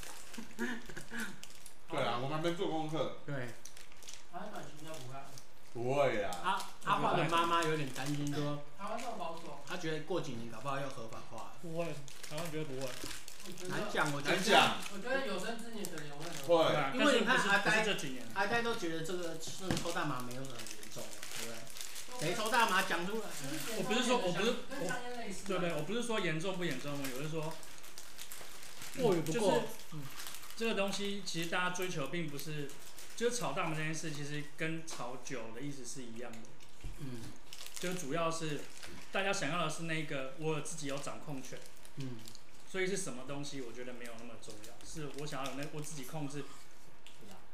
B: 对啊，我们还没做功课。
A: 对。
F: 台湾短期应该不会。
B: 不会啊。
A: 阿阿华的妈妈有点担心说，
F: 台湾这么保守。
A: 他觉得过几年搞不好要合法化。
D: 不会，台湾绝对不会。
A: 难讲，我觉得。
B: 难讲。
F: 我觉得有生之年可能会。
B: 会。
A: 因为你看阿呆
D: 这几年，
A: 阿呆都觉得这个这个抽大麻没有很严重，对不对？谁抽大麻讲出来？
D: 我不是说，我不是我，对对，我不是说严重不严重，我是说
E: 过与不过。
D: 就是嗯，这个东西其实大家追求并不是，就是炒大麻这件事，其实跟炒酒的意思是一样的。
A: 嗯，
D: 就主要是大家想要的是那个我自己有掌控权。
A: 嗯。
D: 所以是什么东西？我觉得没有那么重要，是我想要有那我自己控制。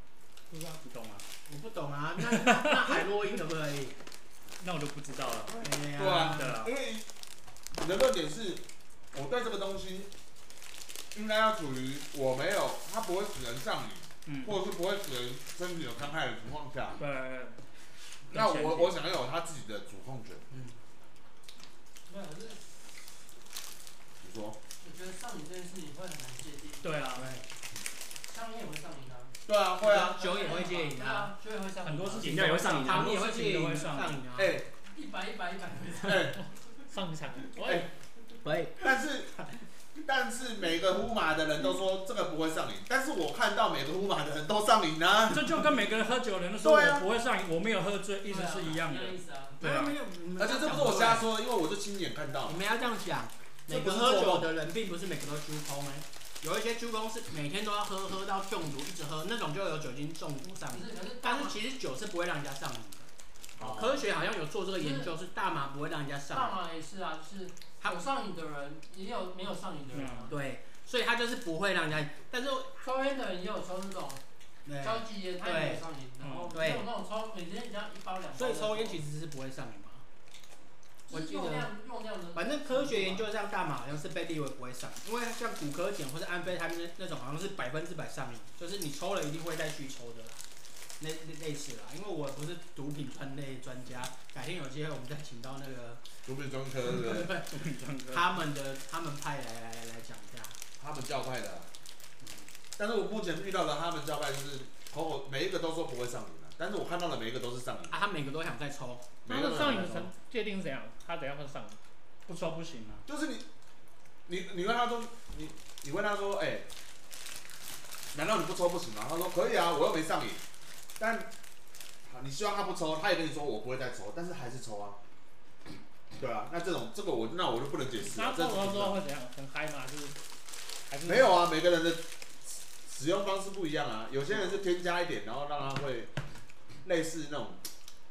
D: 不知道你懂吗？
A: 我不懂啊，那那那海洛因可不可以？
D: 那我就不知道了。
A: 哎呀
B: 对啊
D: 对啊，
B: 因为你的论点是，我对这个东西应该要处于我没有，它不会使人上瘾，
D: 嗯，
B: 或者是不会使人身体有伤害的情况下，
D: 对对对。
B: 那我我想要有他自己的主控权。
A: 嗯，
F: 没有，可是
B: 你说？
F: 我觉得上瘾这件事情会很难界定。
D: 对啊，
A: 对，
F: 香烟也会上瘾啊。
B: 对啊，会啊。
A: 酒也会戒瘾啊，
F: 对啊，酒也会上瘾啊。
D: 很多事情
E: 饮料也会上瘾啊
A: 糖也会戒瘾，
D: 会上瘾。
A: 上瘾啊。
B: 哎
F: 一百一百一百
B: 哎
D: 上场。
B: 哎，
A: 喂，
B: 但是但是每个呼麻的人都说这个不会上瘾，但是我看到每个呼麻的人都上瘾啊。
D: 这就跟每个人喝酒的人都说
B: 对啊
D: 我不会上瘾，我没有喝醉，意思是一样的。
F: 意思啊。
D: 对啊
A: 没有，
B: 而且这不是我瞎说的，因为我是亲眼看到
A: 你。们要这样讲，每个喝酒的人并不是每个都揪空哎，有一些揪空是每天都要喝，喝到中毒，一直喝，那种就有酒精中毒上瘾。
F: 可是可是，
A: 但是其实酒是不会让人家上瘾的。科学好像有做这个研究，是大麻不会让人家上瘾。
F: 大麻也是啊，就是有上瘾的人，也有没有上瘾的人啊。
A: 对，所以它就是不会让人家。但是
F: 抽烟的人也有抽那种交际烟，他也没有上瘾。然后
A: 对
F: 有那种抽每天只要一包两包。
A: 所以抽烟其实是不会上瘾嘛。我记得，
F: 用量用量的。
A: 反正科学研究上大麻好像是被列为不会上瘾，因为像古柯碱或者安非他命那种好像是百分之百上瘾，就是你抽了一定会再续抽的啦。类类似啦，因为我不是毒品分类专家，改天有机会我们再请到那个
B: 毒品专科的，
D: 毒品专科。
A: 他们的他们派来来来讲一下。
B: 他们教派的。但是我目前遇到的他们教派就是口口每一个都说不会上瘾的，但是我看到的每一个都是上瘾。
A: 啊，他每个都想再抽。
D: 他的上瘾层界定是怎样？他怎样会上瘾？不抽不行啊。
B: 就是你，你你问他说，你你问他说，哎、欸，难道你不抽不行吗？他说可以啊，我又没上瘾。但，你希望他不抽，他也跟你说我不会再抽，但是还是抽啊。对啊，那这种这个我那我就不能解释了。
D: 他抽的时候会怎样？很嗨吗？就是还是
B: 没有啊，每个人的使用方式不一样啊。有些人是添加一点，然后让他会类似那种，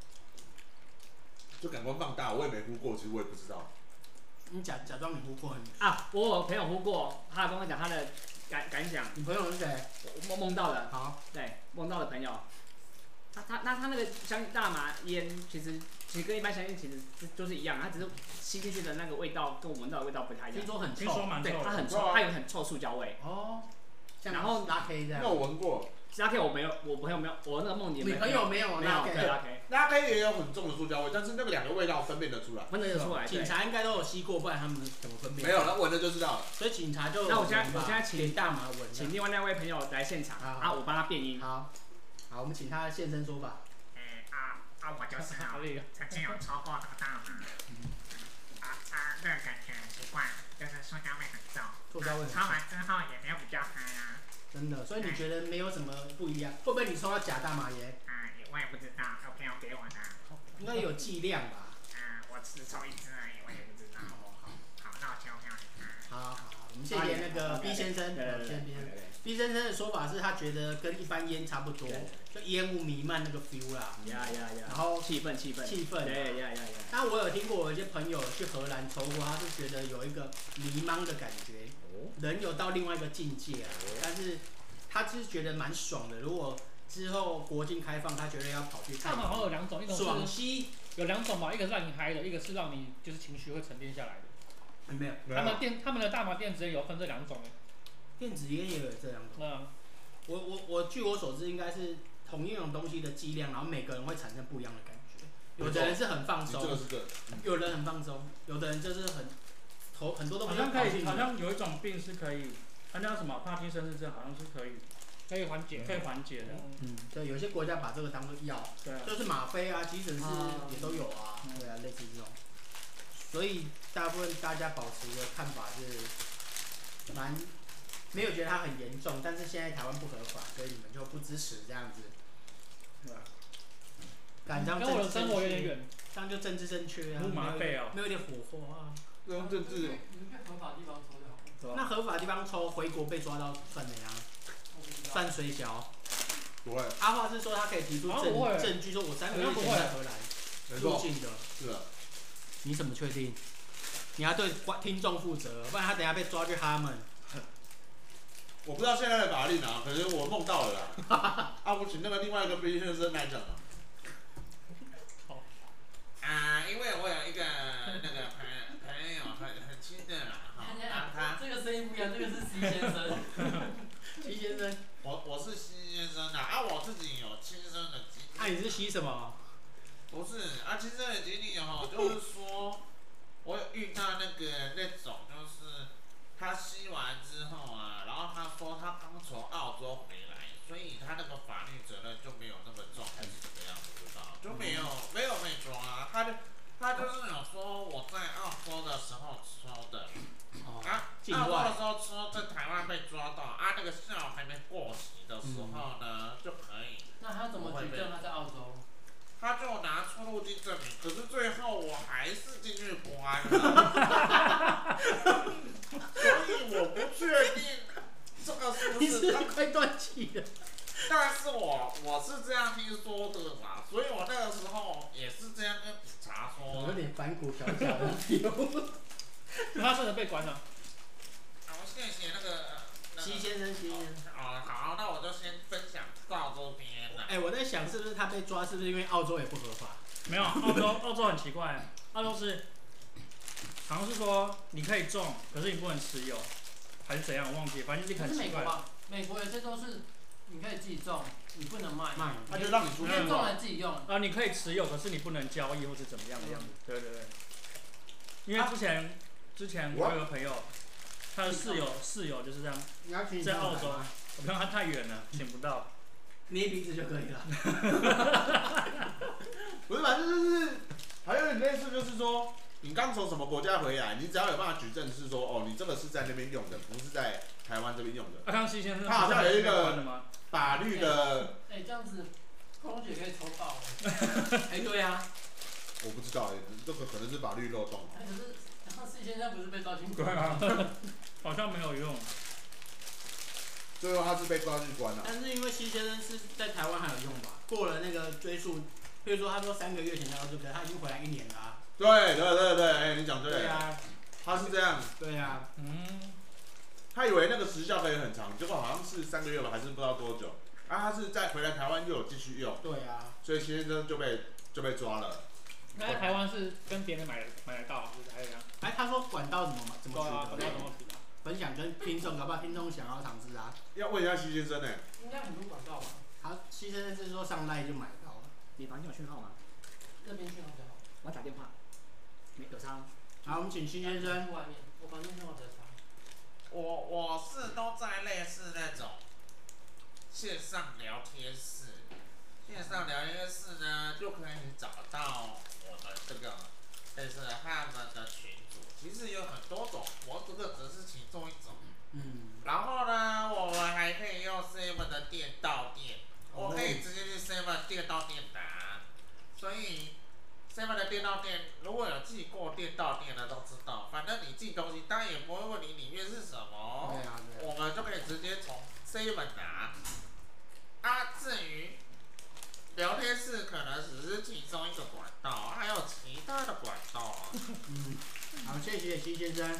B: 就感官放大。我也没呼过，其实我也不知道。
A: 你假假装你呼过你
E: 啊，我有朋友呼过，他跟我讲他的感感想。
A: 你朋友是谁？
E: 我梦梦到的。
A: 好，
E: 对，梦到的朋友。他他那他那个香大麻烟，其实其实跟一般香烟其实就是一样，它只是吸进去的那个味道跟我闻到的味道不太一样。
A: 听说很臭，
D: 听说蛮臭
E: 对，
D: 的。
E: 它很臭，它有很臭塑胶味。
A: 哦。
E: 然后
A: 拉 K 这样。
B: 那我闻过。
E: 拉 K 我没有，我朋友没有，我那个梦里
A: 你朋友没有
E: 没
A: 拉
E: 有
A: K。
E: 拉 K。
B: 拉 K 也有很重的塑胶味，但是那个两个味道分辨得出来。
E: 分得出来。
A: 警察应该都有吸过，不然他们怎么分辨？
B: 没有，他闻了就知道了。
A: 所以警察就
E: 那我现在我现在请
A: 大麻闻，
E: 请另外那位朋友来现场啊，我帮他变音。
A: 好，好，我们请他现身说法。
G: 哎啊啊！我就是啊，曾经有抽过的大麻，啊，它那个感觉很奇怪，就是塑胶味很重。
A: 塑胶味很重。
G: 抽完之后也没有比较嗨啊。
A: 真的，所以你觉得没有什么不一样？会不会你抽到假大麻烟？
G: 啊，我也不知道，有朋友给我的。
A: 应该有剂量吧？
G: 啊，我只抽一支而已，我也不知道。
A: 哦，好。
G: 好，那我先票你。
A: 好好，我们谢谢那个 B 先生，谢谢 B 先生。B 先生的说法是他觉得跟一般烟差不多，就烟雾弥漫那个 feel 啦。
E: 呀呀呀！
A: 然后
E: 气氛气氛
A: 气氛。
E: 对呀呀呀！
A: 但我有听过，有一些朋友去荷兰抽过，他是觉得有一个迷茫的感觉，人有到另外一个境界啊。但是他是觉得蛮爽的。如果之后国境开放，他觉得要跑去看。
D: 大麻好像有两种，一种是
A: 爽吸，
D: 有两种嘛，一个是让你嗨的，一个是让你就是情绪会沉淀下来的。
A: 没有。
D: 他们电他们的大麻电子烟有分这两种诶。
A: 电子烟也有这两种。
D: 嗯。
A: 我我我据我所知，应该是同一种东西的剂量，然后每个人会产生不一样的感觉。有的人是很放松，有人很放松，有的人就是很头很多都
D: 好像可以，好像有一种病是可以，它叫什么帕金森氏症，好像是可以，可以缓解，可以缓解的。
A: 嗯，对，有些国家把这个当做药，
D: 对啊，
A: 就是吗啡啊、急诊室也都有啊，对啊，类似这种。所以大部分大家保持的看法是蛮。没有觉得它很严重，但是现在台湾不合法，所以你们就不支持这样子，对吧？敢这样
D: 跟我的生活有点远，
A: 这样就政治正确啊，
D: 不麻痹哦，
A: 没有一点火花啊。
B: 这种政治，
F: 你们在合法地方抽就好。
A: 那合法地方抽，回国被抓到算怎样？算水小。
B: 不会。
A: 阿华是说他可以提出证证据，说我三个月前在荷兰入境的。
B: 是的。
A: 你怎么确定？你要对听众负责，不然他等下被抓去哈门。
B: 我不知道现在的法令啊，可是我梦到了啦。啊，我请那个另外一个毕先生来讲啊。
G: 啊，因为我有一个那个朋朋友很很亲的啦，哈，然后他
F: 这个声音不一样，这个是 C 先生。
A: 西先生，
G: 我我是西先生啊，啊我自己有亲身的经历。
A: 啊，你是西什么？
G: 不是啊，亲身的经历哈，就是说，我有遇到那个那种，就是他吸完之后啊，然后他说他刚从澳洲回来，所以他那个法律责任就没有那么重，还是怎么样，不知道，就没有没有被抓、啊，他就他就是有说我在澳洲的时候抽的。
A: 哦，
G: 啊，
A: 境
G: 澳洲的
A: 外
G: 时候说在台湾被抓到啊，那个效还没过期的时候呢，就可以。
F: 那他怎么举证他在澳洲？
G: 他就拿出入境证明，可是最后我还是进去关了，所以我不确定这个是不
A: 你
G: 是他。
A: 是快断气了。
G: 但是我我是这样听说的嘛，所以我那个时候也是这样跟警察说。
A: 有点反骨小小的 feel。
D: 他真的被关了。
G: 好，谢谢那个。那个
A: 西先生，西先生。
G: 哦，好，那我就先分享到这边了。
A: 哎、我在想是不是他被抓，是不是因为澳洲也不合法？
D: 没有，澳洲澳洲很奇怪，澳洲是好像是说你可以种，可是你不能持有，还是怎样，我忘记，反正就是
F: 不
D: 很奇怪。
F: 是美国吧？美国有些都是你可以自己种，你不能卖。
A: 卖，
B: 他就让你出去
F: 你可以种来自己用。
D: 啊，你可以持有，可是你不能交易或是怎么样的样子。对对对。因为之前、之前我有个朋友，他的室友室友就是这样，
A: 你要请
D: 在澳洲，我朋友他太远了，请不到。
A: 捏鼻子就可以了。
B: 不是，反正就是还有点类似，就是说你刚从什么国家回来，你只要有办法举证是说，哦，你这个是在那边用的，不是在台湾这边用的。
D: 阿康西先生，
B: 他好像有一个
D: 的吗？
B: 法律的，
F: 哎、欸，这样子，空姐可以抽爆了。
A: 哎、对啊，
B: 我不知道哎、这个可能是法律漏洞。
F: 哎、可是，然后 C 先生不是被抓进去？
D: 对啊，好像没有用。
B: 最后他是被抓去关了。
A: 但是因为西先生是在台湾还有用吧？过了那个追溯，比如说他说三个月前他就可他已经回来一年了、啊。
B: 对对对对，哎、欸，你讲对。
A: 对啊，
B: 他是这样。
A: 对啊。
D: 嗯。
B: 他以为那个时效可以很长，结果好像是三个月吧，还是不知道多久。啊，他是再回来台湾又有继续用。
A: 对啊。
B: 所以西先生就被就被抓了。
D: 那在台湾是跟别人买买得到，就是还有这样。
A: 哎，他说管道怎么怎么取得？
D: 管道怎么取得？
A: 分享跟听众，搞不好听众想要尝试啊。
B: 要问一下西先生呢、欸。
F: 应该很多管道吧？
A: 他西先生是说上赖就买到了。
E: 你房间有讯号吗？
F: 这边讯号比较好。
E: 我要打电话。没有差。
A: 好，我们请西先生。
F: 外面，我房间讯号比较差。
G: 我我是都在类似那种线上聊天室，线上聊天室呢就可以找到我们这个类似他们的群组，其实有很多种，我这个只是其中一种。
A: 嗯。
G: 然后呢，我们还可以用 seven 的店到店，我可以直接去 seven 店到店打，所以 seven 的店到店，如果有寄过店到店的都知道，反正你寄东西，当然也不会问你里面是什么，
A: 对啊对啊，
G: 我们就可以直接从 seven 拿。啊，至于聊天室可能只是其中一个管道，还有其他的管道啊。
A: 嗯，好，谢谢西先生。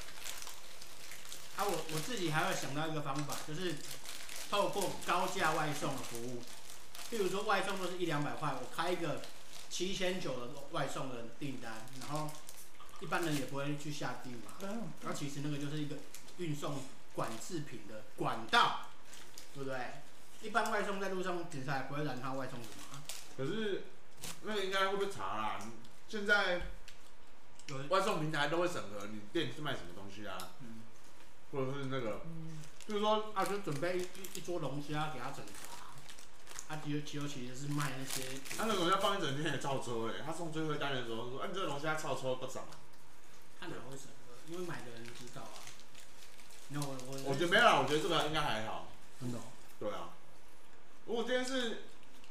A: 啊，我我自己还会想到一个方法，就是透过高价外送的服务，譬如说外送都是一两百块，我开一个七千九的外送的订单，然后一般人也不会去下订嘛。然后其实那个就是一个运送管制品的管道，对不对？一般外送在路上警察也不会拦他外送什么。
B: 可是那个应该会不会查啦？现在外送平台都会审核你店是卖什么东西啊，
A: 嗯、
B: 或者是那个，嗯、就是说
A: 啊，就准备 一, 一, 一桌龙虾给他整查。啊，其实其实其实是卖那些。
B: 他那龙虾放一整天也超车哎、欸，他送最后一单的时候说，啊，你这个龙虾超车不涨啊。
A: 他哪会审核？因为买的人知道啊。那我我
B: 我觉得没有啦，我觉得这个应该还好。
A: 真的、哦。
B: 对啊。如果今天是，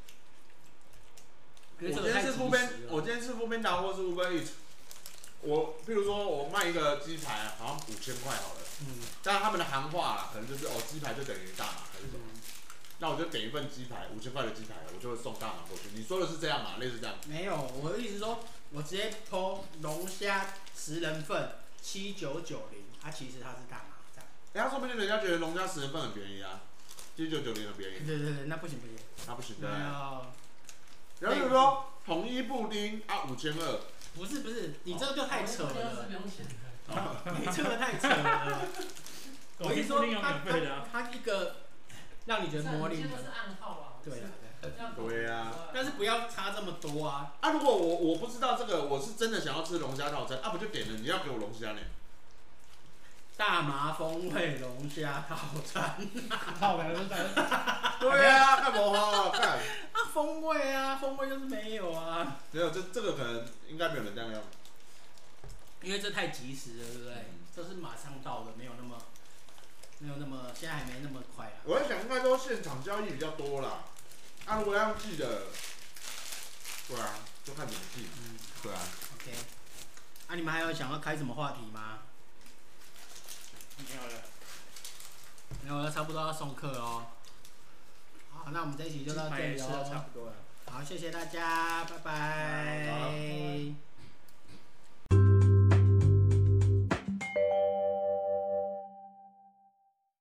A: 我
B: 今天是副边，我今天是副边达或是 Uber Eats， 我譬如说我卖一个鸡排，好像五千块好了。嗯。但是他们的行话啦，可能就是哦，鸡排就等于大码还是什么。嗯、那我就点一份鸡排，五千块的鸡排，我就会送大码过去。你说的是这样嘛？类似这样？
A: 没有，我的意思说，我直接抛龙虾十人份七九九零，它其实它是大码这样。
B: 哎，他说不定人家觉得龙虾十人份很便宜啊，七九九零很便宜。
A: 对对对，那不行不行，
B: 那不行的。
A: 那要
B: 然后比如说统一布丁啊五千二，
A: 不是不是，你这个就太扯
F: 是
A: 了，
F: 不用钱的。
A: 你这个太扯了。我一说他
C: 免费的啊，
A: 他他一个让你觉得模棱两可，
F: 这都是暗号啊。
A: 对啊。
B: 对啊，
A: 但是不要差这么多啊！
B: 啊，如果我我不知道这个，我是真的想要吃龙虾套餐，啊，不就点了？你要给我龙虾呢？
A: 大麻风味龙虾套餐，
C: 靠两个人在。
B: 对啊，干嘛好看？
A: 啊风味啊，风味就是没有啊。
B: 没有，这这个可能应该没有人这样用，
A: 因为这太及时了，对不对？
B: 嗯、
A: 这是马上到的，没有那么没有那么，现在还没那么快啊。
B: 我在想，应该都现场交易比较多啦。啊，如果要寄的，对啊，就看怎么寄。嗯，对啊。
A: OK。啊，你们还有想要开什么话题吗？
C: 没有了。
A: 没有了，差不多要送客哦。好，那我们这一期就到这里
C: 差
A: 哦。
C: 不多了。
A: 好，谢谢大家，拜拜。
B: 拜拜。